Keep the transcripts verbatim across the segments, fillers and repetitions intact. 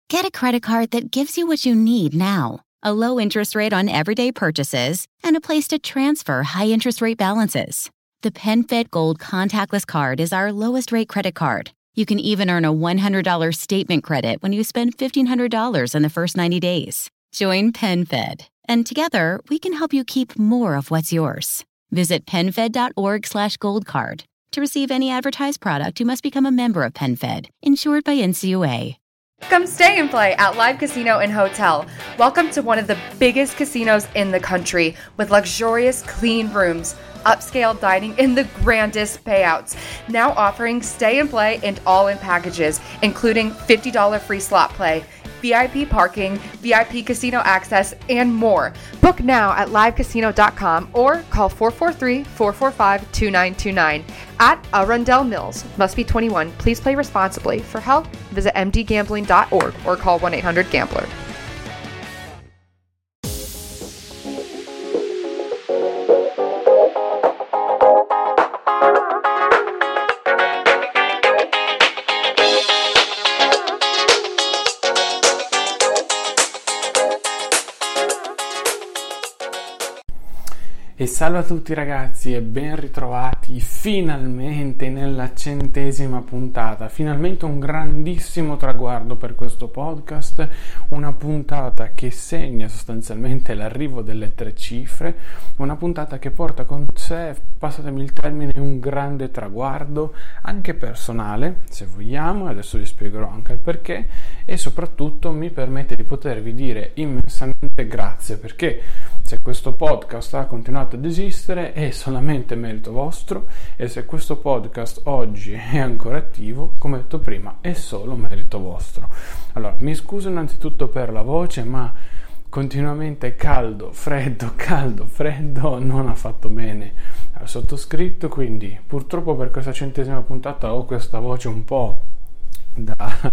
Get a credit card that gives you what you need now. A low interest rate on everyday purchases and a place to transfer high interest rate balances. The PenFed Gold Contactless Card is our lowest rate credit card. You can even earn a one hundred dollars statement credit when you spend fifteen hundred dollars in the first ninety days. Join PenFed, and together we can help you keep more of what's yours. Visit PenFed.org slash gold card. To receive any advertised product, you must become a member of PenFed, insured by N C U A. Come stay and play at Live Casino and Hotel. Welcome to one of the biggest casinos in the country with luxurious, clean rooms, upscale dining, and the grandest payouts. Now offering stay and play and all-in packages, including fifty dollars free slot play, V I P parking, V I P casino access, and more. Book now at live casino dot com or call four four three, four four five, two nine two nine. At Arundel Mills. Must be twenty-one. Please play responsibly. For help, visit m d gambling dot org or call one eight hundred gambler. E salve a tutti ragazzi e ben ritrovati finalmente nella centesima puntata, finalmente un grandissimo traguardo per questo podcast, una puntata che segna sostanzialmente l'arrivo delle tre cifre, una puntata che porta con sé, passatemi il termine, un grande traguardo anche personale, se vogliamo, adesso vi spiegherò anche il perché, e soprattutto mi permette di potervi dire immensamente grazie, perché se questo podcast ha continuato ad esistere è solamente merito vostro, e se questo podcast oggi è ancora attivo, come detto prima, è solo merito vostro. Allora, mi scuso innanzitutto per la voce, ma continuamente caldo, freddo, caldo, freddo non ha fatto bene al sottoscritto, quindi purtroppo per questa centesima puntata ho questa voce un po' Da,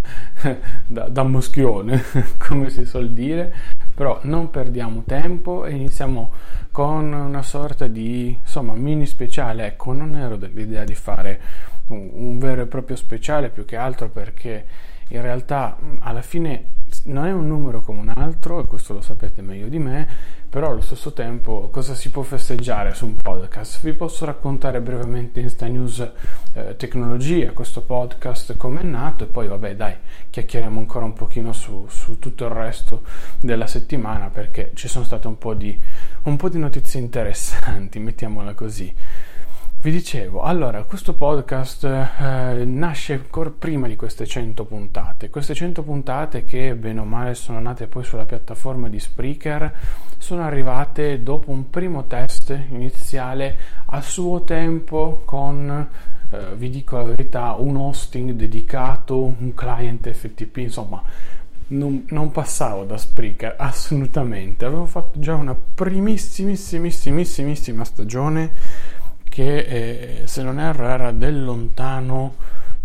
da, da moschione, come si suol dire, però non perdiamo tempo e iniziamo con una sorta di insomma mini speciale. Ecco, non ero dell'idea di fare un, un vero e proprio speciale, più che altro perché in realtà alla fine non è un numero come un altro, e questo lo sapete meglio di me, però allo stesso tempo cosa si può festeggiare su un podcast? Vi posso raccontare brevemente Insta News eh, Tecnologia, questo podcast come è nato, e poi vabbè dai, chiacchieriamo ancora un pochino su, su tutto il resto della settimana, perché ci sono state un po' di, un po' di notizie interessanti, mettiamola così. Vi dicevo, allora, questo podcast eh, nasce ancora prima di queste cento puntate. Queste cento puntate, che bene o male sono nate poi sulla piattaforma di Spreaker, sono arrivate dopo un primo test iniziale a suo tempo con, eh, vi dico la verità, un hosting dedicato, un client F T P, insomma, non, non passavo da Spreaker assolutamente. Avevo fatto già una primissimissimissima stagione che eh, se non erro era del lontano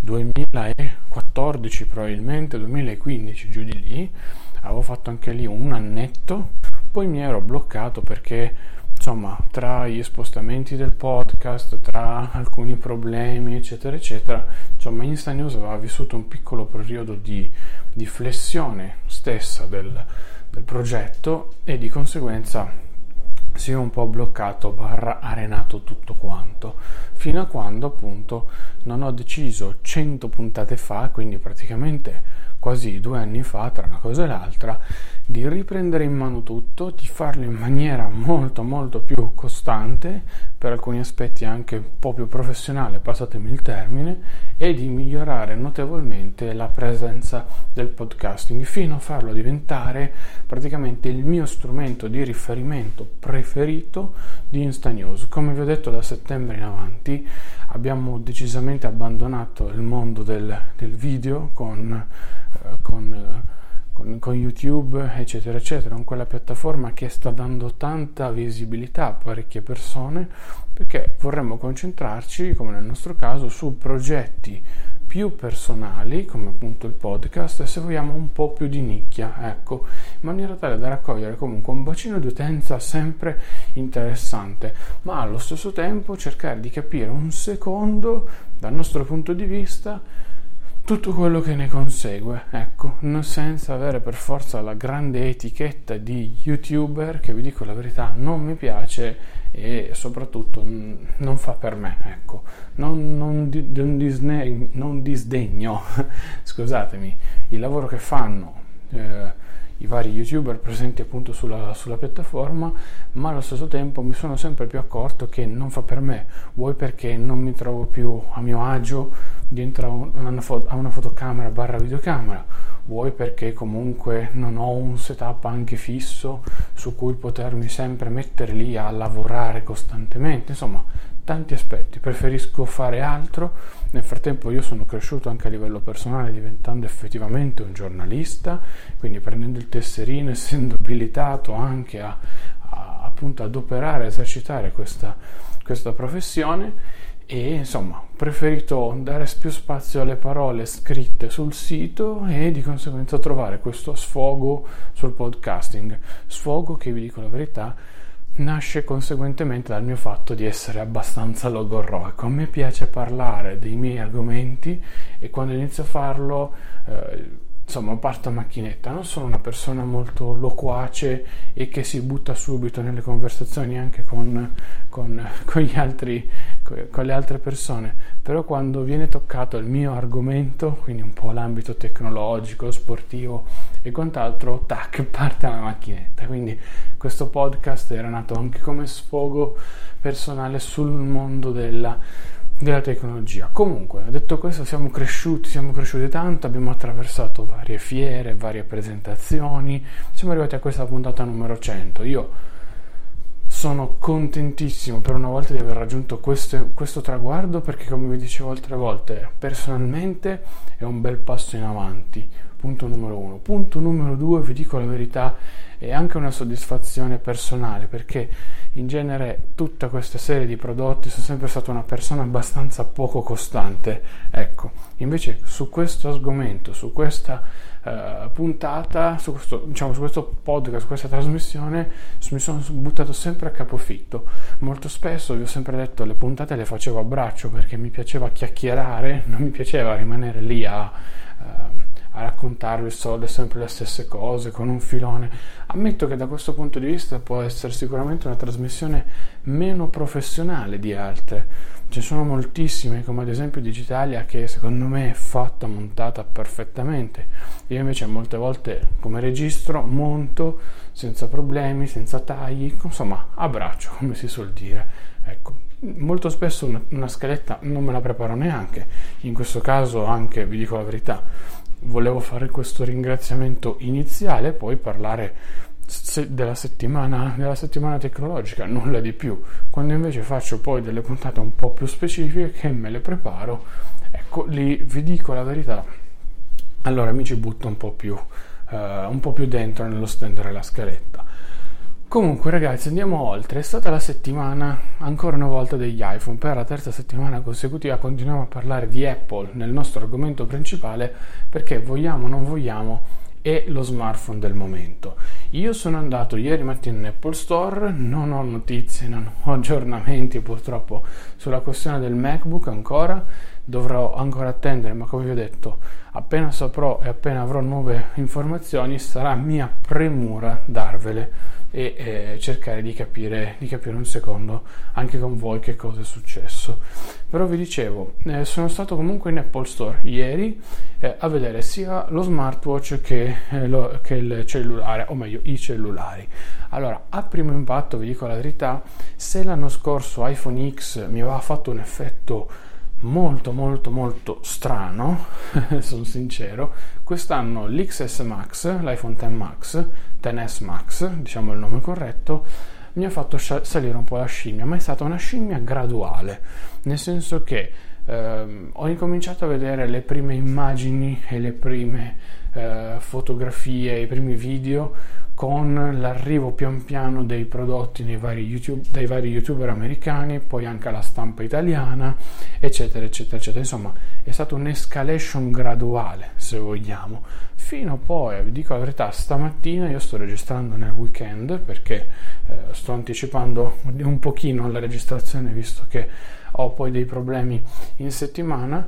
duemilaquattordici, probabilmente duemilaquindici, giù di lì. Avevo fatto anche lì un annetto, poi mi ero bloccato perché insomma tra gli spostamenti del podcast, tra alcuni problemi eccetera eccetera, insomma Insta News aveva vissuto un piccolo periodo di, di flessione stessa del, del progetto, e di conseguenza si è un po' bloccato barra arenato tutto quanto, fino a quando appunto non ho deciso cento puntate fa, quindi praticamente quasi due anni fa, tra una cosa e l'altra, di riprendere in mano tutto, di farlo in maniera molto molto più costante, per alcuni aspetti anche un po' più professionale, passatemi il termine, e di migliorare notevolmente la presenza del podcasting, fino a farlo diventare praticamente il mio strumento di riferimento preferito di Insta News. Come vi ho detto, da settembre in avanti abbiamo decisamente abbandonato il mondo del, del video con, eh, con eh, Con, con YouTube eccetera eccetera, con quella piattaforma che sta dando tanta visibilità a parecchie persone, perché vorremmo concentrarci, come nel nostro caso, su progetti più personali, come appunto il podcast, e se vogliamo un po' più di nicchia, ecco, in maniera tale da raccogliere comunque un bacino di utenza sempre interessante, ma allo stesso tempo cercare di capire un secondo, dal nostro punto di vista, tutto quello che ne consegue, ecco, non senza avere per forza la grande etichetta di YouTuber, che vi dico la verità non mi piace e soprattutto non fa per me, ecco, non, non, non, disne, non disdegno, scusatemi, il lavoro che fanno eh, i vari YouTuber presenti appunto sulla, sulla piattaforma, ma allo stesso tempo mi sono sempre più accorto che non fa per me, vuoi perché non mi trovo più a mio agio dentro a una, a una fotocamera barra videocamera, vuoi perché comunque non ho un setup anche fisso su cui potermi sempre mettere lì a lavorare costantemente, insomma tanti aspetti, preferisco fare altro. Nel frattempo io sono cresciuto anche a livello personale diventando effettivamente un giornalista, quindi prendendo il tesserino, essendo abilitato anche a, a appunto ad operare, a esercitare questa, questa professione, e insomma ho preferito dare più spazio alle parole scritte sul sito e di conseguenza trovare questo sfogo sul podcasting, sfogo che vi dico la verità nasce conseguentemente dal mio fatto di essere abbastanza logorroico. A me piace parlare dei miei argomenti e quando inizio a farlo eh, insomma parto a macchinetta, non sono una persona molto loquace e che si butta subito nelle conversazioni anche con, con, con gli altri, con le altre persone, però quando viene toccato il mio argomento, quindi un po' l'ambito tecnologico, sportivo e quant'altro, tac, parte la macchinetta. Quindi questo podcast era nato anche come sfogo personale sul mondo della della tecnologia. Comunque, detto questo, siamo cresciuti, siamo cresciuti tanto, abbiamo attraversato varie fiere, varie presentazioni, siamo arrivati a questa puntata numero cento. Io sono contentissimo per una volta di aver raggiunto questo, questo traguardo, perché come vi dicevo altre volte, personalmente è un bel passo in avanti. Punto numero uno. Punto numero due, vi dico la verità, è anche una soddisfazione personale, perché in genere tutta questa serie di prodotti sono sempre stata una persona abbastanza poco costante, ecco, invece su questo argomento, su questa uh, puntata, su questo, diciamo, su questo podcast, su questa trasmissione mi sono buttato sempre a capofitto. Molto spesso vi ho sempre detto, le puntate le facevo a braccio perché mi piaceva chiacchierare, non mi piaceva rimanere lì a uh, a raccontarvi solo sempre le stesse cose con un filone. Ammetto che da questo punto di vista può essere sicuramente una trasmissione meno professionale di altre. Ci sono moltissime, come ad esempio Digitalia, che secondo me è fatta, montata perfettamente. Io invece molte volte come registro monto senza problemi, senza tagli, insomma a braccio, come si suol dire, ecco. Molto spesso una, una scaletta non me la preparo neanche, in questo caso anche, vi dico la verità, volevo fare questo ringraziamento iniziale e poi parlare se, della settimana della settimana tecnologica, nulla di più. Quando invece faccio poi delle puntate un po' più specifiche che me le preparo, ecco lì vi dico la verità, allora mi ci butto un po' più uh, un po' più dentro nello stendere la scaletta. Comunque ragazzi, andiamo oltre. È stata la settimana ancora una volta degli iPhone. Per la terza settimana consecutiva continuiamo a parlare di Apple nel nostro argomento principale, perché vogliamo o non vogliamo è lo smartphone del momento. Io sono andato ieri mattina in Apple Store, non ho notizie, non ho aggiornamenti purtroppo sulla questione del MacBook ancora, dovrò ancora attendere, ma come vi ho detto, appena saprò e appena avrò nuove informazioni sarà mia premura darvele e eh, cercare di capire di capire un secondo anche con voi che cosa è successo. Però vi dicevo, eh, sono stato comunque in Apple Store ieri eh, a vedere sia lo smartwatch che, eh, lo, che il cellulare, o meglio i cellulari. Allora, a primo impatto vi dico la verità, se l'anno scorso iPhone X mi aveva fatto un effetto molto molto molto strano, sono sincero, quest'anno l'X S Max, l'iPhone X Max, X S Max, diciamo il nome corretto, mi ha fatto salire un po' la scimmia, ma è stata una scimmia graduale, nel senso che ehm, ho incominciato a vedere le prime immagini e le prime eh, fotografie, i primi video con l'arrivo pian piano dei prodotti nei vari YouTube, dai vari youtuber americani, poi anche alla stampa italiana, eccetera eccetera eccetera. Insomma, è stata un'escalation graduale, se vogliamo, fino poi, vi dico la verità, stamattina io sto registrando nel weekend perché eh, sto anticipando un pochino la registrazione visto che ho poi dei problemi in settimana.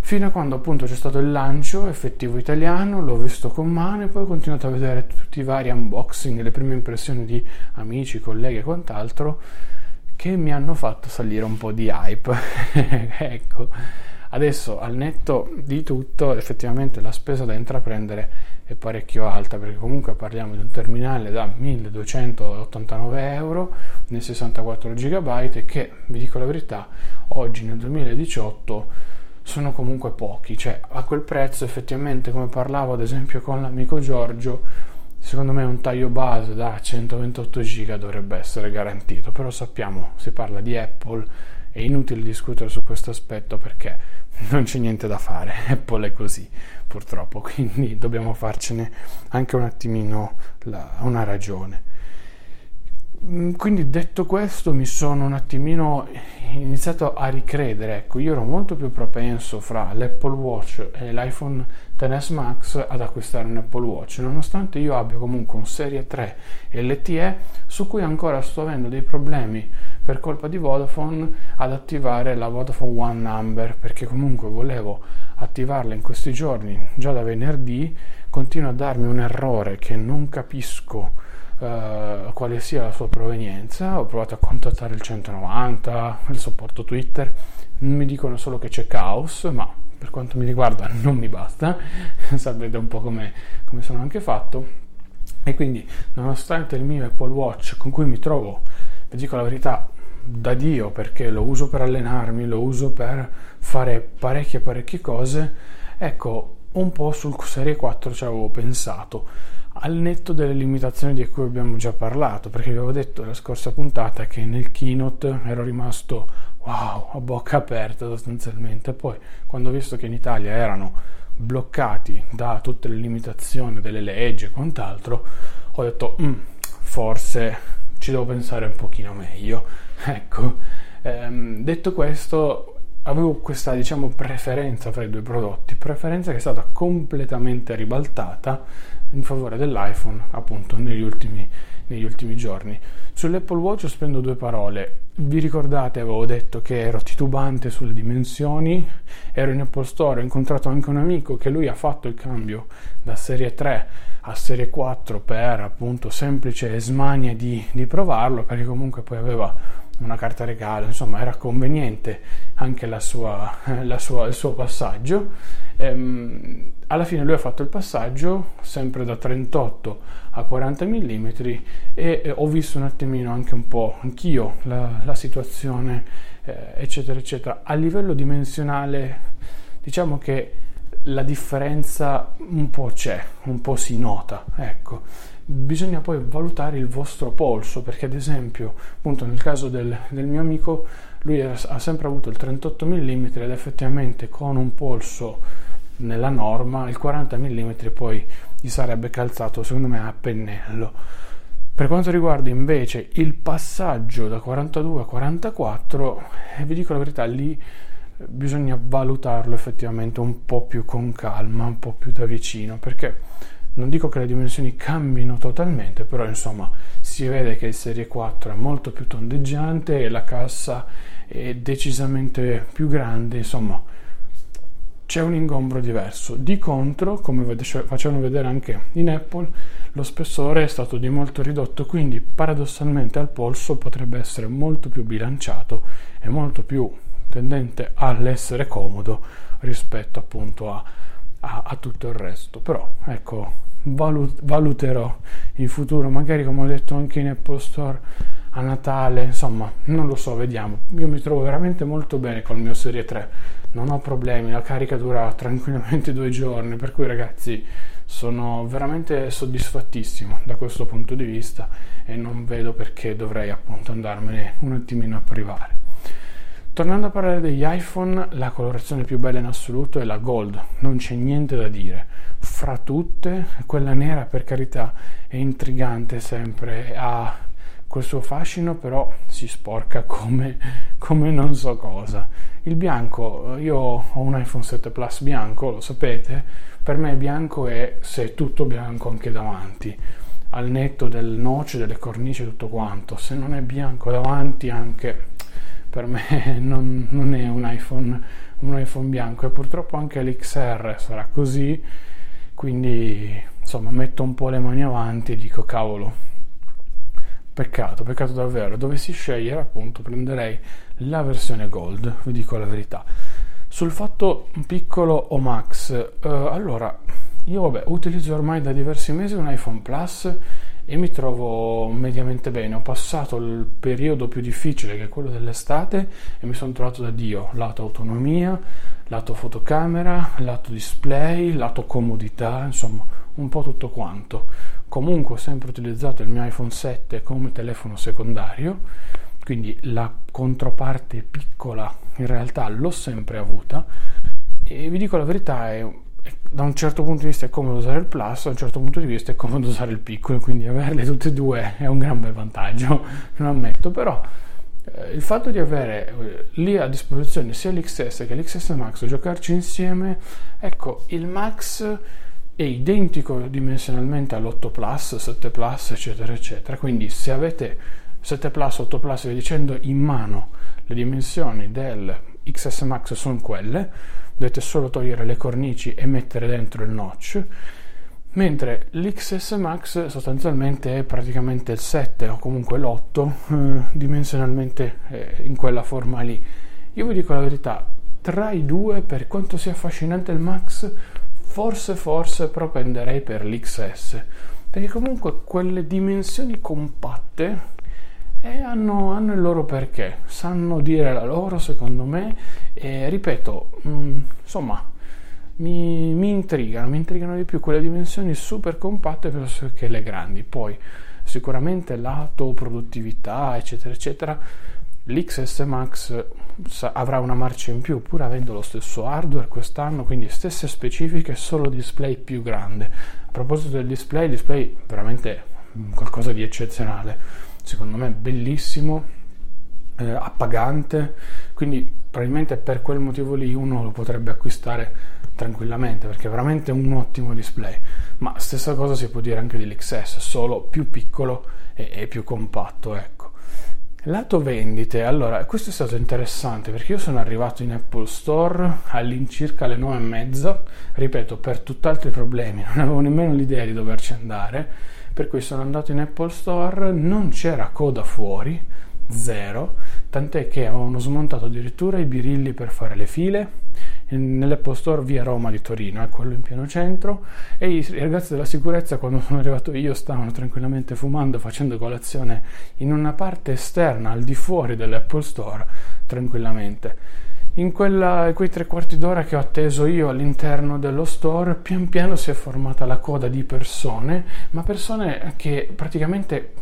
fino a quando appunto c'è stato il lancio effettivo italiano, l'ho visto con mano e poi ho continuato a vedere tutti i vari unboxing e le prime impressioni di amici, colleghi e quant'altro che mi hanno fatto salire un po' di hype. Ecco, adesso al netto di tutto effettivamente la spesa da intraprendere è parecchio alta, perché comunque parliamo di un terminale da milleduecentottantanove euro nei sessantaquattro giga e che, vi dico la verità, oggi nel duemiladiciotto sono comunque pochi, cioè a quel prezzo effettivamente, come parlavo ad esempio con l'amico Giorgio, secondo me un taglio base da centoventotto giga dovrebbe essere garantito, però sappiamo, si parla di Apple, è inutile discutere su questo aspetto perché non c'è niente da fare, Apple è così purtroppo, quindi dobbiamo farcene anche un attimino la, una ragione. Quindi detto questo mi sono un attimino iniziato a ricredere, ecco, io ero molto più propenso fra l'Apple Watch e l'iPhone X S Max ad acquistare un Apple Watch, nonostante io abbia comunque un Serie tre L T E su cui ancora sto avendo dei problemi per colpa di Vodafone ad attivare la Vodafone One Number, perché comunque volevo attivarla in questi giorni, già da venerdì, continua a darmi un errore che non capisco Uh, quale sia la sua provenienza. Ho provato a contattare il centonovanta, il supporto Twitter, mi dicono solo che c'è caos, ma per quanto mi riguarda non mi basta, sapete un po' come, come sono anche fatto, e quindi nonostante il mio Apple Watch, con cui mi trovo, vi dico la verità, da Dio, perché lo uso per allenarmi, lo uso per fare parecchie parecchie cose, ecco, un po' sul Serie quattro ci avevo pensato, al netto delle limitazioni di cui abbiamo già parlato, perché vi avevo detto nella scorsa puntata che nel keynote ero rimasto wow, a bocca aperta sostanzialmente. Poi quando ho visto che in Italia erano bloccati da tutte le limitazioni delle leggi e quant'altro, ho detto mm, forse ci devo pensare un pochino meglio. Ecco, ehm, detto questo, avevo questa, diciamo, preferenza fra i due prodotti, preferenza che è stata completamente ribaltata in favore dell'iPhone appunto negli ultimi, negli ultimi giorni. Sull'Apple Watch spendo due parole. Vi ricordate, avevo detto che ero titubante sulle dimensioni, ero in Apple Store, ho incontrato anche un amico che lui ha fatto il cambio da Serie tre a Serie quattro per appunto semplice smania di, di provarlo, perché comunque poi aveva una carta regalo, insomma era conveniente anche la sua, la sua, il suo passaggio. Ehm, alla fine lui ha fatto il passaggio sempre da trentotto a quaranta millimetri e eh, ho visto un attimino anche un po' anch'io la, la situazione eh, eccetera eccetera. A livello dimensionale diciamo che la differenza un po' c'è, un po' si nota, ecco. Bisogna poi valutare il vostro polso, perché ad esempio appunto nel caso del, del mio amico, lui ha sempre avuto il trentotto millimetri ed effettivamente con un polso nella norma il quaranta millimetri poi gli sarebbe calzato secondo me a pennello. Per quanto riguarda invece il passaggio da quarantadue a quarantaquattro, eh, vi dico la verità, lì bisogna valutarlo effettivamente un po' più con calma, un po' più da vicino, perché non dico che le dimensioni cambino totalmente, però insomma si vede che il Serie quattro è molto più tondeggiante e la cassa è decisamente più grande, insomma c'è un ingombro diverso. Di contro, come facevano vedere anche in Apple, lo spessore è stato di molto ridotto, quindi paradossalmente al polso potrebbe essere molto più bilanciato e molto più tendente all'essere comodo rispetto appunto a A, a tutto il resto. Però ecco, valut- valuterò in futuro, magari come ho detto anche in Apple Store a Natale, insomma non lo so, vediamo. Io mi trovo veramente molto bene col mio Serie tre, non ho problemi, la carica dura tranquillamente due giorni, per cui ragazzi sono veramente soddisfattissimo da questo punto di vista e non vedo perché dovrei appunto andarmene un attimino a privare. Tornando a parlare degli iPhone, la colorazione più bella in assoluto è la Gold, non c'è niente da dire. Fra tutte, quella nera per carità è intrigante sempre, ha quel suo fascino, però si sporca come, come non so cosa. Il bianco, io ho un iPhone sette Plus bianco, lo sapete, per me bianco è se è tutto bianco anche davanti, al netto del notch, delle cornici, tutto quanto. Se non è bianco davanti anche per me non, non è un iPhone, un iPhone bianco, e purtroppo anche l'X R sarà così, quindi insomma metto un po' le mani avanti e dico cavolo, peccato, peccato davvero. Dovessi scegliere, appunto, prenderei la versione Gold, vi dico la verità. Sul fatto piccolo o Max, eh, allora io vabbè utilizzo ormai da diversi mesi un iPhone Plus e mi trovo mediamente bene. Ho passato il periodo più difficile, che è quello dell'estate, e mi sono trovato da Dio, lato autonomia, lato fotocamera, lato display, lato comodità, insomma un po' tutto quanto. Comunque ho sempre utilizzato il mio iPhone sette come telefono secondario, quindi la controparte piccola in realtà l'ho sempre avuta, e vi dico la verità, è, è, da un certo punto di vista è comodo usare il Plus, da un certo punto di vista è comodo usare il piccolo, quindi averle tutte e due è un gran bel vantaggio, lo ammetto. Però eh, il fatto di avere eh, lì a disposizione sia l'X S che l'X S Max, giocarci insieme, ecco, il Max è identico dimensionalmente all'otto Plus, sette Plus, eccetera eccetera, quindi se avete sette Plus, otto Plus e via dicendo in mano, le dimensioni del X S Max sono quelle, dovete solo togliere le cornici e mettere dentro il notch, mentre l'X S Max sostanzialmente è praticamente il sette o comunque l'otto, eh, dimensionalmente eh, in quella forma lì. Io vi dico la verità, tra i due, per quanto sia affascinante il Max, forse forse propenderei per l'X S, perché comunque quelle dimensioni compatte e hanno, hanno il loro perché, sanno dire la loro, secondo me, e ripeto, mh, insomma mi, mi intrigano, mi intrigano di più quelle dimensioni super compatte piuttosto che le grandi. Poi sicuramente lato produttività, eccetera eccetera, l'X S Max avrà una marcia in più, pur avendo lo stesso hardware quest'anno, quindi stesse specifiche, solo display più grande. A proposito del display, il display veramente qualcosa di eccezionale, secondo me bellissimo, eh, appagante, quindi probabilmente per quel motivo lì uno lo potrebbe acquistare tranquillamente, perché è veramente un ottimo display. Ma stessa cosa si può dire anche dell'X S, solo più piccolo e, e più compatto, ecco. Lato vendite, allora questo è stato interessante, perché io sono arrivato in Apple Store all'incirca alle nove e mezza, ripeto, per tutt'altri problemi, non avevo nemmeno l'idea di doverci andare, per cui sono andato in Apple Store, non c'era coda fuori, zero, tant'è che avevano smontato addirittura i birilli per fare le file nell'Apple Store via Roma di Torino, è quello in pieno centro, e i ragazzi della sicurezza, quando sono arrivato io, stavano tranquillamente fumando, facendo colazione in una parte esterna al di fuori dell'Apple Store, tranquillamente. In quella, quei tre quarti d'ora che ho atteso io all'interno dello store, pian piano si è formata la coda di persone, ma persone che praticamente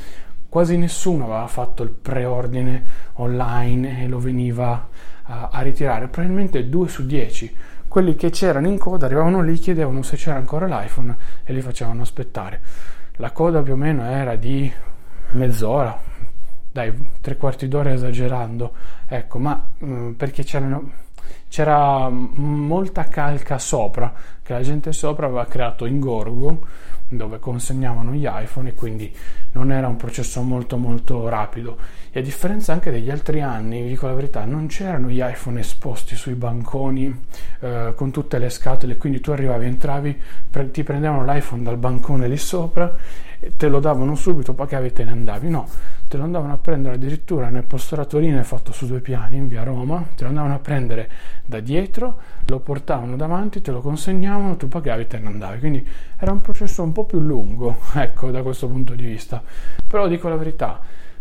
quasi nessuno aveva fatto il preordine online e lo veniva a, a ritirare. Probabilmente due su dieci, quelli che c'erano in coda, arrivavano lì, chiedevano se c'era ancora l'iPhone e li facevano aspettare. La coda più o meno era di mezz'ora, dai, tre quarti d'ora esagerando, ecco, ma mh, perché c'erano, c'era molta calca sopra, che la gente sopra aveva creato ingorgo dove consegnavano gli iPhone, e quindi non era un processo molto molto rapido. E a differenza anche degli altri anni, vi dico la verità, non c'erano gli iPhone esposti sui banconi eh, con tutte le scatole, quindi tu arrivavi, entravi, pre- ti prendevano l'iPhone dal bancone lì sopra, te lo davano subito, pagavi e te ne andavi. No, te lo andavano a prendere addirittura nel Store a Torino, è fatto su due piani in via Roma, te lo andavano a prendere da dietro, lo portavano davanti, te lo consegnavano, tu pagavi e te ne andavi. Quindi era un processo un po' più lungo, ecco, da questo punto di vista. Però dico la verità,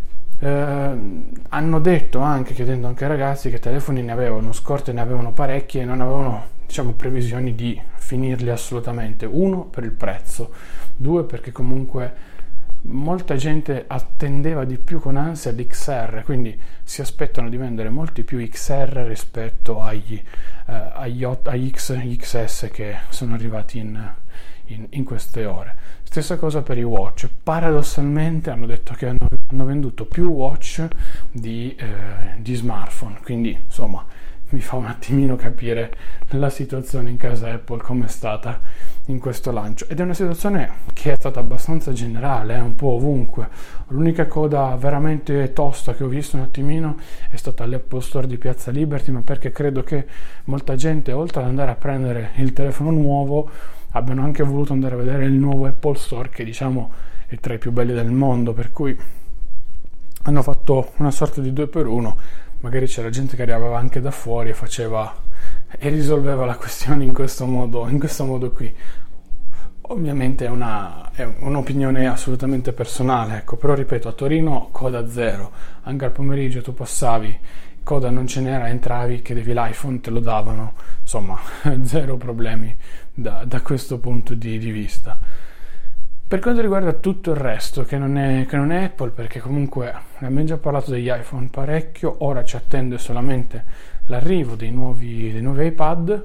eh, hanno detto anche, chiedendo anche ai ragazzi, che telefoni ne avevano, scorte ne avevano parecchie e non avevano, diciamo, previsioni di finirli assolutamente. Uno, per il prezzo; due, perché comunque molta gente attendeva di più con ansia l'X R, quindi si aspettano di vendere molti più X R rispetto agli, eh, agli, agli X, X S che sono arrivati in, in, in queste ore. Stessa cosa per i watch. Paradossalmente hanno detto che hanno, hanno venduto più watch di, eh, di smartphone, quindi insomma vi fa un attimino capire la situazione in casa Apple come è stata in questo lancio, ed è una situazione che è stata abbastanza generale, eh, un po' ovunque. L'unica coda veramente tosta che ho visto un attimino è stata all'Apple Store di Piazza Liberty, ma perché credo che molta gente, oltre ad andare a prendere il telefono nuovo, abbiano anche voluto andare a vedere il nuovo Apple Store, che diciamo è tra i più belli del mondo, per cui hanno fatto una sorta di due per uno. Magari c'era gente che arrivava anche da fuori e faceva e risolveva la questione in questo modo, in questo modo qui. Ovviamente è, una, è un'opinione assolutamente personale, ecco, però ripeto, a Torino coda zero, anche al pomeriggio tu passavi, coda non ce n'era, entravi, chiedevi l'iPhone, te lo davano, insomma zero problemi da, da questo punto di, di vista. Per quanto riguarda tutto il resto, che non è, che non è Apple, perché comunque abbiamo già parlato degli iPhone parecchio, ora ci attende solamente l'arrivo dei nuovi, dei nuovi iPad.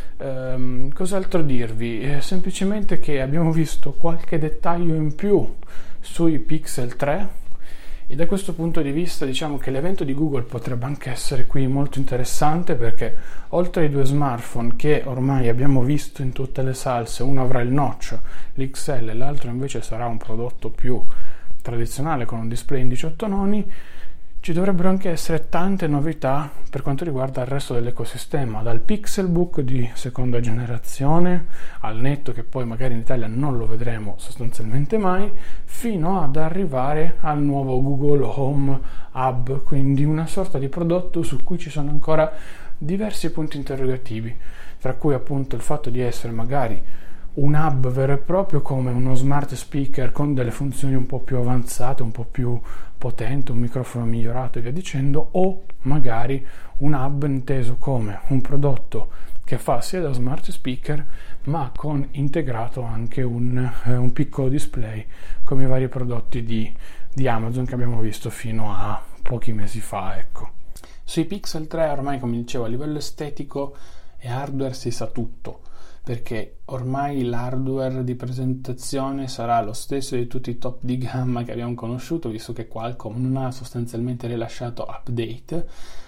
Ehm, cos'altro dirvi? Eh, semplicemente che abbiamo visto qualche dettaglio in più sui Pixel tre, e da questo punto di vista diciamo che l'evento di Google potrebbe anche essere qui molto interessante, perché oltre ai due smartphone che ormai abbiamo visto in tutte le salse, uno avrà il notch, l'X L, e l'altro invece sarà un prodotto più tradizionale con un display in diciotto noni, ci dovrebbero anche essere tante novità per quanto riguarda il resto dell'ecosistema, dal Pixelbook di seconda generazione, al netto che poi magari in Italia non lo vedremo sostanzialmente mai, fino ad arrivare al nuovo Google Home Hub, quindi una sorta di prodotto su cui ci sono ancora diversi punti interrogativi, tra cui appunto il fatto di essere magari un hub vero e proprio come uno smart speaker con delle funzioni un po' più avanzate, un po' più potente, un microfono migliorato e via dicendo, o magari un hub inteso come un prodotto che fa sia da smart speaker ma con integrato anche un, eh, un piccolo display come i vari prodotti di, di Amazon che abbiamo visto fino a pochi mesi fa, ecco. Sui Pixel tre ormai, come dicevo, a livello estetico e hardware si sa tutto, perché ormai l'hardware di presentazione sarà lo stesso di tutti i top di gamma che abbiamo conosciuto, visto che Qualcomm non ha sostanzialmente rilasciato update.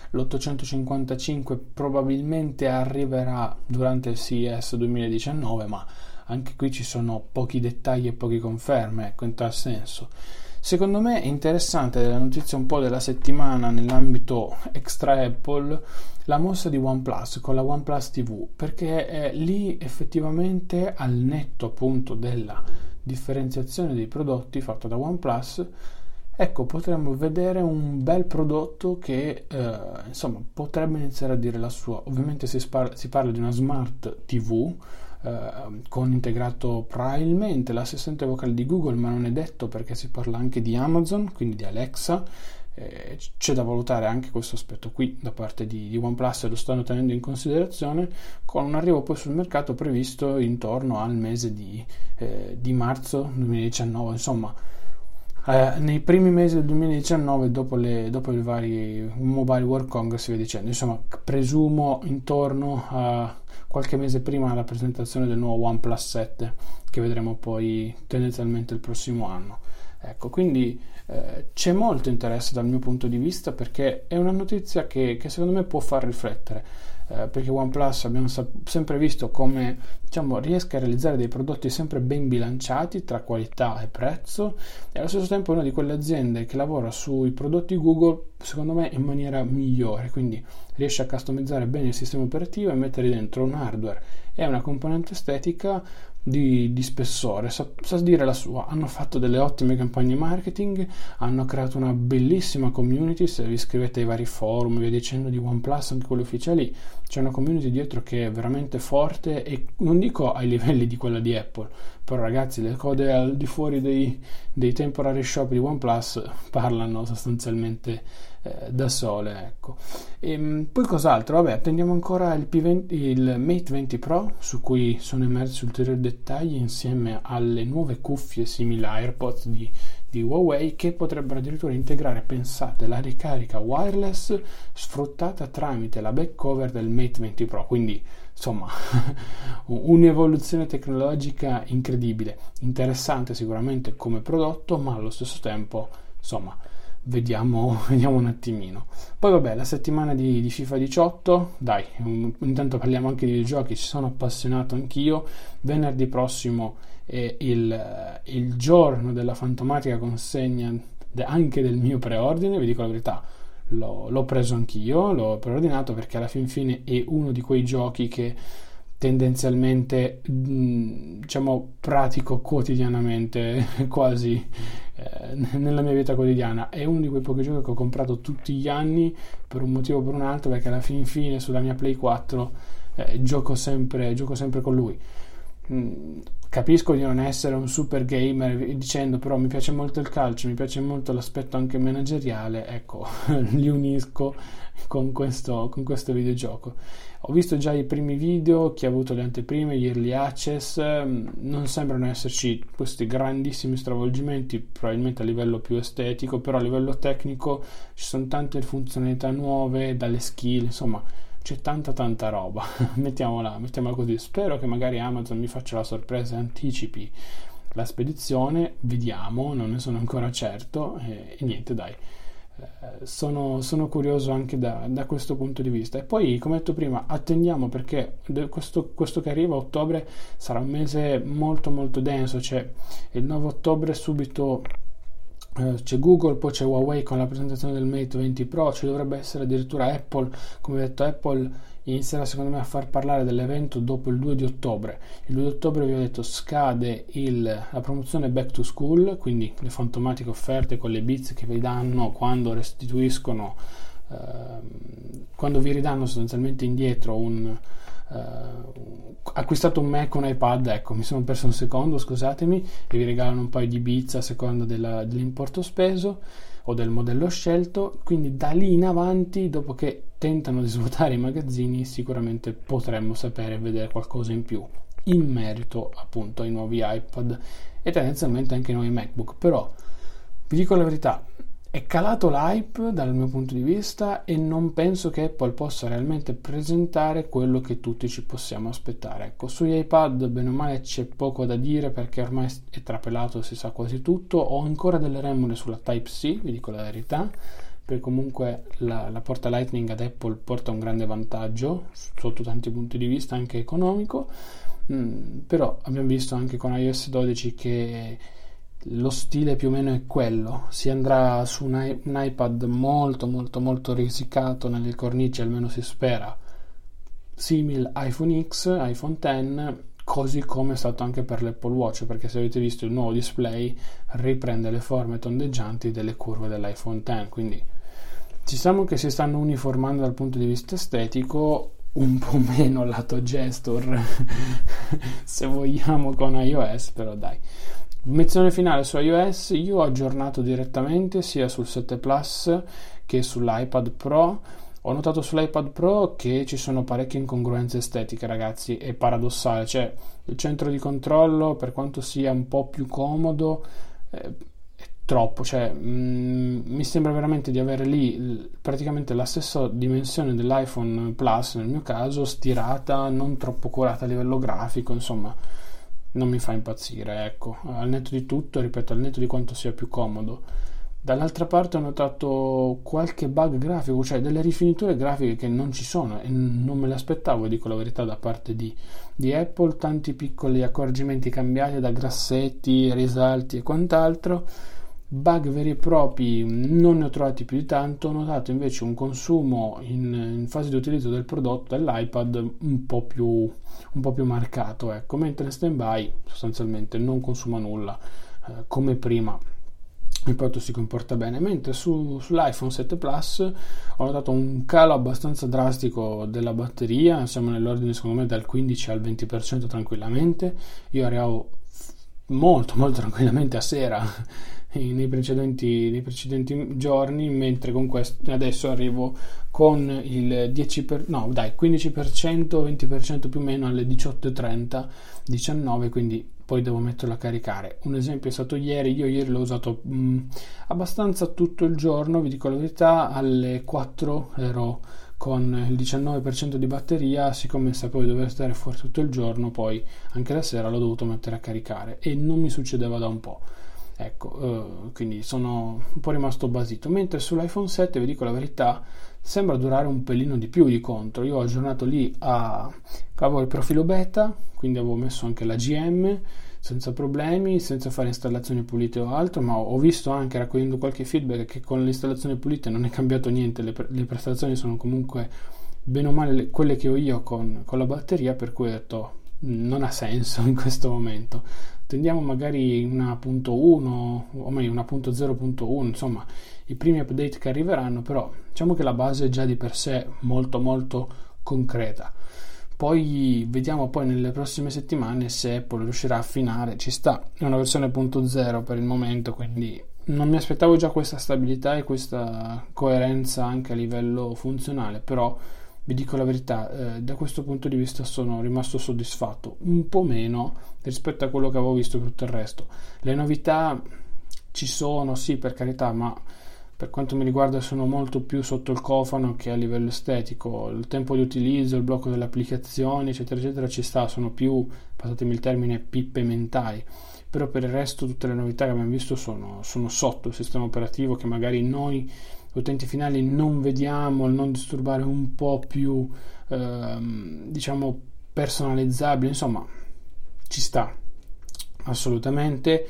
L'ottocentocinquantacinque probabilmente arriverà durante il C E S duemiladiciannove, ma anche qui ci sono pochi dettagli e poche conferme, ecco, in tal senso. Secondo me è interessante della notizia un po' della settimana nell'ambito extra Apple la mossa di OnePlus con la OnePlus T V, perché eh, lì effettivamente, al netto appunto della differenziazione dei prodotti fatta da OnePlus, ecco, potremmo vedere un bel prodotto che eh, insomma potrebbe iniziare a dire la sua. Ovviamente si, spar- si parla di una smart T V eh, con integrato probabilmente l'assistente vocale di Google, ma non è detto, perché si parla anche di Amazon, quindi di Alexa. Eh, c'è da valutare anche questo aspetto qui da parte di, di OnePlus, e lo stanno tenendo in considerazione, con un arrivo poi sul mercato previsto intorno al mese di, eh, di marzo duemiladiciannove, insomma eh, nei primi mesi del duemiladiciannove, dopo, le, dopo il vari Mobile World Congress e via dicendo, insomma presumo intorno a qualche mese prima della presentazione del nuovo OnePlus sette, che vedremo poi tendenzialmente il prossimo anno. Ecco, quindi eh, c'è molto interesse dal mio punto di vista, perché è una notizia che, che secondo me può far riflettere, eh, perché OnePlus abbiamo sap- sempre visto come, diciamo, riesca a realizzare dei prodotti sempre ben bilanciati tra qualità e prezzo, e allo stesso tempo è una di quelle aziende che lavora sui prodotti Google secondo me in maniera migliore, quindi riesce a customizzare bene il sistema operativo e mettere dentro un hardware e una componente estetica Di, di spessore, sa, sa dire la sua. Hanno fatto delle ottime campagne marketing, hanno creato una bellissima community. Se vi iscrivete ai vari forum, via dicendo, di OnePlus, anche quelli ufficiali, c'è una community dietro che è veramente forte, e non dico ai livelli di quella di Apple, però ragazzi, le code al di fuori dei, dei temporary shop di OnePlus parlano sostanzialmente eh, da sole, ecco. E poi cos'altro? Vabbè, attendiamo ancora il, P venti, il Mate venti Pro, su cui sono emersi ulteriori dettagli, insieme alle nuove cuffie simili a AirPods di, di Huawei, che potrebbero addirittura integrare, pensate, la ricarica wireless sfruttata tramite la back cover del Mate venti Pro, quindi insomma un'evoluzione tecnologica incredibile, interessante sicuramente come prodotto, ma allo stesso tempo insomma vediamo, vediamo un attimino. Poi vabbè, la settimana di, di FIFA diciotto, dai, intanto parliamo anche di videogiochi, ci sono appassionato anch'io. Venerdì prossimo è il, il giorno della fantomatica consegna de, anche del mio preordine, vi dico la verità, l'ho, l'ho preso anch'io, l'ho preordinato perché alla fin fine è uno di quei giochi che tendenzialmente diciamo pratico quotidianamente quasi eh, nella mia vita quotidiana. È uno di quei pochi giochi che ho comprato tutti gli anni per un motivo o per un altro, perché alla fin fine sulla mia Play quattro eh, gioco sempre gioco sempre con lui. Mm, capisco di non essere un super gamer dicendo, però mi piace molto il calcio, mi piace molto l'aspetto anche manageriale, ecco, li unisco con questo, con questo videogioco. Ho visto già i primi video, chi ha avuto le anteprime, gli early access, non sembrano esserci questi grandissimi stravolgimenti, probabilmente a livello più estetico, però a livello tecnico ci sono tante funzionalità nuove, dalle skill, insomma c'è tanta tanta roba, mettiamola, mettiamola così. Spero che magari Amazon mi faccia la sorpresa e anticipi la spedizione, vediamo, non ne sono ancora certo, e, e niente dai. Sono, sono curioso anche da, da questo punto di vista. E poi, come detto prima, attendiamo, perché questo, questo che arriva a ottobre sarà un mese molto molto denso. C'è il nove ottobre subito eh, c'è Google, poi c'è Huawei con la presentazione del Mate venti Pro, ci dovrebbe essere addirittura Apple. Come detto, Apple inizierà secondo me a far parlare dell'evento dopo il due di ottobre. Il due di ottobre vi ho detto scade il, la promozione Back to School, quindi le fantomatiche offerte con le Beats che vi danno quando restituiscono eh, quando vi ridanno sostanzialmente indietro un Uh, acquistato un Mac o un iPad, ecco, mi sono perso un secondo, scusatemi, e vi regalano un paio di Beats a seconda della, dell'importo speso o del modello scelto. Quindi da lì in avanti, dopo che tentano di svuotare i magazzini, sicuramente potremmo sapere e vedere qualcosa in più in merito appunto ai nuovi iPad e tendenzialmente anche ai nuovi MacBook. Però vi dico la verità, è calato l'hype dal mio punto di vista e non penso che Apple possa realmente presentare quello che tutti ci possiamo aspettare. Ecco, sugli iPad bene o male c'è poco da dire perché ormai è trapelato, si sa quasi tutto. Ho ancora delle remore sulla Type-C, vi dico la verità, perché comunque la, la porta Lightning ad Apple porta un grande vantaggio sotto tanti punti di vista, anche economico. Mm, però abbiamo visto anche con iOS dodici che lo stile più o meno è quello, si andrà su un, i- un iPad molto molto molto risicato nelle cornici, almeno si spera, simile iPhone X, iPhone X, così come è stato anche per l'Apple Watch, perché se avete visto il nuovo display riprende le forme tondeggianti delle curve dell'iPhone X, quindi diciamo che si stanno uniformando dal punto di vista estetico, un po' meno lato gesture se vogliamo con iOS, però dai. Menzione finale su iOS, io ho aggiornato direttamente sia sul sette Plus che sull'iPad Pro. Ho notato sull'iPad Pro che ci sono parecchie incongruenze estetiche, ragazzi, è paradossale, cioè il centro di controllo, per quanto sia un po' più comodo, eh, è troppo, cioè mh, mi sembra veramente di avere lì l- praticamente la stessa dimensione dell'iPhone Plus, nel mio caso, stirata, non troppo curata a livello grafico, insomma non mi fa impazzire, ecco, al netto di tutto, ripeto, al netto di quanto sia più comodo. Dall'altra parte ho notato qualche bug grafico, cioè delle rifiniture grafiche che non ci sono e non me le aspettavo, dico la verità, da parte di, di Apple, tanti piccoli accorgimenti cambiati da grassetti, risalti e quant'altro. Bug veri e propri non ne ho trovati più di tanto. Ho notato invece un consumo in, in fase di utilizzo del prodotto dell'iPad un po' più, un po' più marcato, ecco, mentre in stand-by sostanzialmente non consuma nulla, eh, come prima il prodotto si comporta bene, mentre su, sull'iPhone sette Plus ho notato un calo abbastanza drastico della batteria, siamo nell'ordine secondo me dal quindici al venti per cento tranquillamente. Io arrivavo molto molto tranquillamente a sera nei precedenti, nei precedenti giorni, mentre con questo adesso arrivo con il dieci per, no dai quindici per cento venti per cento più o meno alle diciotto e trenta diciannove, quindi poi devo metterlo a caricare. Un esempio è stato ieri, io ieri l'ho usato mh, abbastanza tutto il giorno, vi dico la verità, alle quattro ero con il diciannove per cento di batteria, siccome sapevo di dover stare fuori tutto il giorno, poi anche la sera l'ho dovuto mettere a caricare e non mi succedeva da un po'. Ecco, eh, quindi sono un po' rimasto basito. Mentre sull'iPhone sette, vi dico la verità, sembra durare un pelino di più di contro. Io ho aggiornato lì a avevo il profilo beta, quindi avevo messo anche la G M senza problemi, senza fare installazioni pulite o altro, ma ho visto anche, raccogliendo qualche feedback, che con le installazioni pulite non è cambiato niente, le, pre- le prestazioni sono comunque bene o male le, quelle che ho io con, con la batteria, per cui ho detto non ha senso in questo momento. Tendiamo magari una punto uno o meglio una punto zero punto uno, insomma i primi update che arriveranno, però diciamo che la base è già di per sé molto molto concreta. Poi vediamo poi nelle prossime settimane se Apple riuscirà a affinare. Ci sta, è una versione punto zero per il momento, quindi non mi aspettavo già questa stabilità e questa coerenza anche a livello funzionale, però vi dico la verità, eh, da questo punto di vista sono rimasto soddisfatto, un po' meno rispetto a quello che avevo visto per tutto il resto. Le novità ci sono, sì, per carità, ma per quanto mi riguarda sono molto più sotto il cofano che a livello estetico. Il tempo di utilizzo, il blocco delle applicazioni, eccetera eccetera, ci sta, sono più, passatemi il termine, pippe mentali. Però per il resto tutte le novità che abbiamo visto sono, sono sotto il sistema operativo, che magari noi utenti finali non vediamo, il non disturbare un po' più ehm, diciamo personalizzabile, insomma ci sta assolutamente,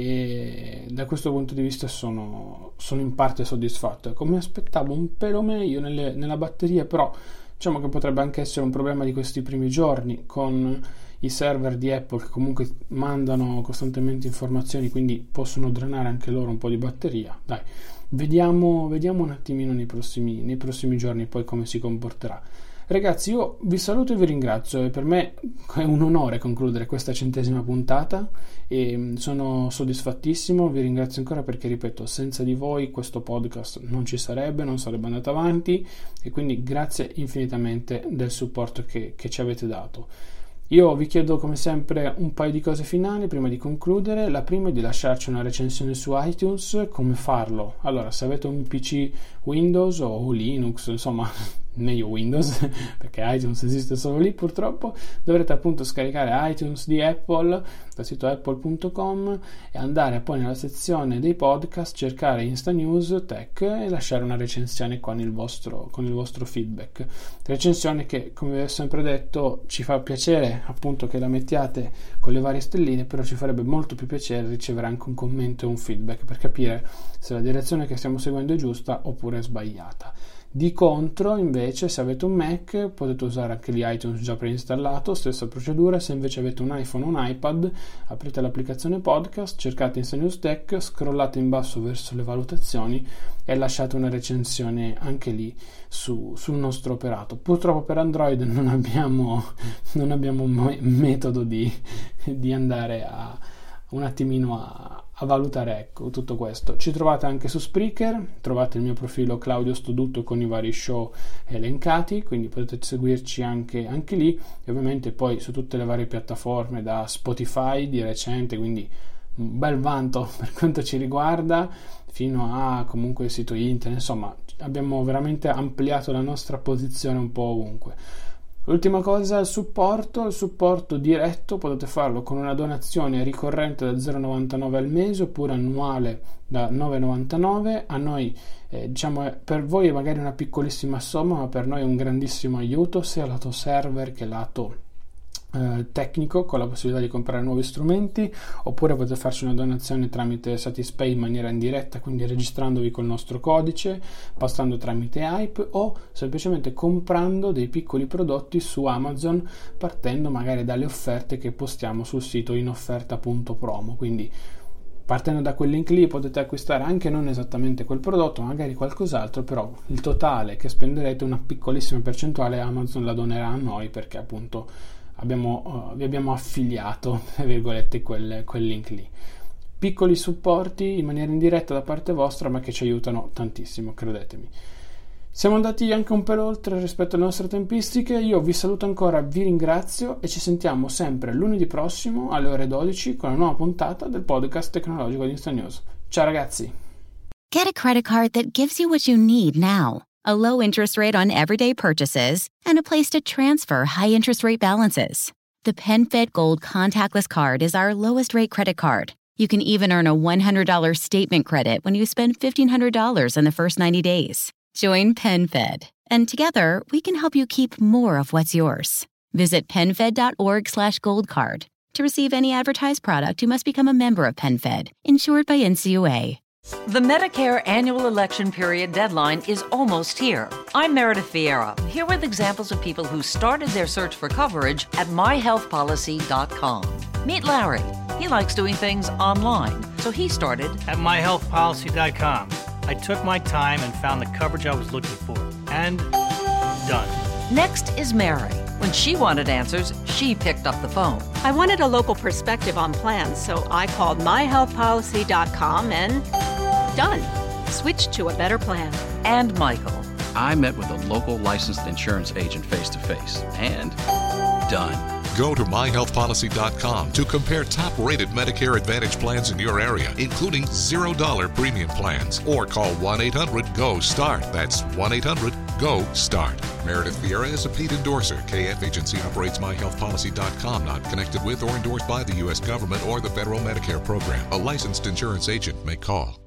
e da questo punto di vista sono, sono in parte soddisfatto. Ecco, mi aspettavo un pelo meglio nelle, nella batteria, però diciamo che potrebbe anche essere un problema di questi primi giorni con i server di Apple, che comunque mandano costantemente informazioni, quindi possono drenare anche loro un po' di batteria. Dai, vediamo, vediamo un attimino nei prossimi, nei prossimi giorni poi come si comporterà. Ragazzi, io vi saluto e vi ringrazio, e per me è un onore concludere questa centesima puntata e sono soddisfattissimo. Vi ringrazio ancora perché, ripeto, senza di voi questo podcast non ci sarebbe, non sarebbe andato avanti, e quindi grazie infinitamente del supporto che, che ci avete dato. Io vi chiedo come sempre un paio di cose finali prima di concludere. La prima è di lasciarci una recensione su iTunes. Come farlo? Allora, se avete un P C Windows o Linux, insomma meglio Windows perché iTunes esiste solo lì purtroppo, dovrete appunto scaricare iTunes di Apple dal sito apple punto com e andare poi nella sezione dei podcast, cercare Insta News Tech e lasciare una recensione con il vostro, con il vostro feedback. Recensione che, come vi ho sempre detto, ci fa piacere appunto che la mettiate con le varie stelline, però ci farebbe molto più piacere ricevere anche un commento e un feedback per capire se la direzione che stiamo seguendo è giusta oppure è sbagliata. Di contro, invece, se avete un Mac potete usare anche lì iTunes già preinstallato, stessa procedura. Se invece avete un iPhone o un iPad, aprite l'applicazione podcast, cercate Insta News Tech, scrollate in basso verso le valutazioni e lasciate una recensione anche lì su, sul nostro operato. Purtroppo per Android non abbiamo, non abbiamo un metodo di, di andare a un attimino a, a valutare, ecco, tutto questo. Ci trovate anche su Spreaker, trovate il mio profilo Claudio Stodutto con i vari show elencati, quindi potete seguirci anche, anche lì, e ovviamente poi su tutte le varie piattaforme, da Spotify di recente, quindi un bel vanto per quanto ci riguarda, fino a comunque il sito internet. Insomma, abbiamo veramente ampliato la nostra posizione un po' ovunque. L'ultima cosa, il supporto, il supporto diretto potete farlo con una donazione ricorrente da zero virgola novantanove al mese oppure annuale da nove virgola novantanove. A noi, eh, diciamo, per voi è magari una piccolissima somma, ma per noi è un grandissimo aiuto, sia lato server che lato eh, tecnico, con la possibilità di comprare nuovi strumenti, oppure potete farci una donazione tramite Satispay in maniera indiretta, quindi registrandovi col nostro codice, passando tramite Hype o semplicemente comprando dei piccoli prodotti su Amazon, partendo magari dalle offerte che postiamo sul sito inofferta punto promo. Quindi partendo da quel link lì potete acquistare anche non esattamente quel prodotto, magari qualcos'altro, però il totale che spenderete, una piccolissima percentuale, Amazon la donerà a noi, perché appunto abbiamo, uh, vi abbiamo affiliato, tra virgolette, quel, quel link lì. Piccoli supporti in maniera indiretta da parte vostra, ma che ci aiutano tantissimo, credetemi. Siamo andati anche un pelo oltre rispetto alle nostre tempistiche. Io vi saluto ancora, vi ringrazio e ci sentiamo sempre lunedì prossimo alle ore dodici con una nuova puntata del podcast tecnologico di Insta News. Ciao ragazzi! Get a credit card that gives you what you need now. A low interest rate on everyday purchases and a place to transfer high interest rate balances. The PenFed Gold Contactless Card is our lowest rate credit card. You can even earn a one hundred dollars statement credit when you spend fifteen hundred dollars in the first ninety days. Join PenFed, and together we can help you keep more of what's yours. Visit PenFed.org slash gold card. To receive any advertised product, you must become a member of PenFed, insured by N C U A. The Medicare annual election period deadline is almost here. I'm Meredith Vieira, here with examples of people who started their search for coverage at my health policy dot com. Meet Larry. He likes doing things online, so he started at my health policy dot com. I took my time and found the coverage I was looking for. And done. Next is Mary. When she wanted answers, she picked up the phone. I wanted a local perspective on plans, so I called my health policy dot com and done. Switched to a better plan. And Michael. I met with a local licensed insurance agent face-to-face and done. Go to my health policy dot com to compare top-rated Medicare Advantage plans in your area, including zero dollar premium plans. Or call one eight hundred G O START. That's one eight hundred G O START. Meredith Vieira is a paid endorser. K F Agency operates my health policy dot com, not connected with or endorsed by the U S government or the federal Medicare program. A licensed insurance agent may call.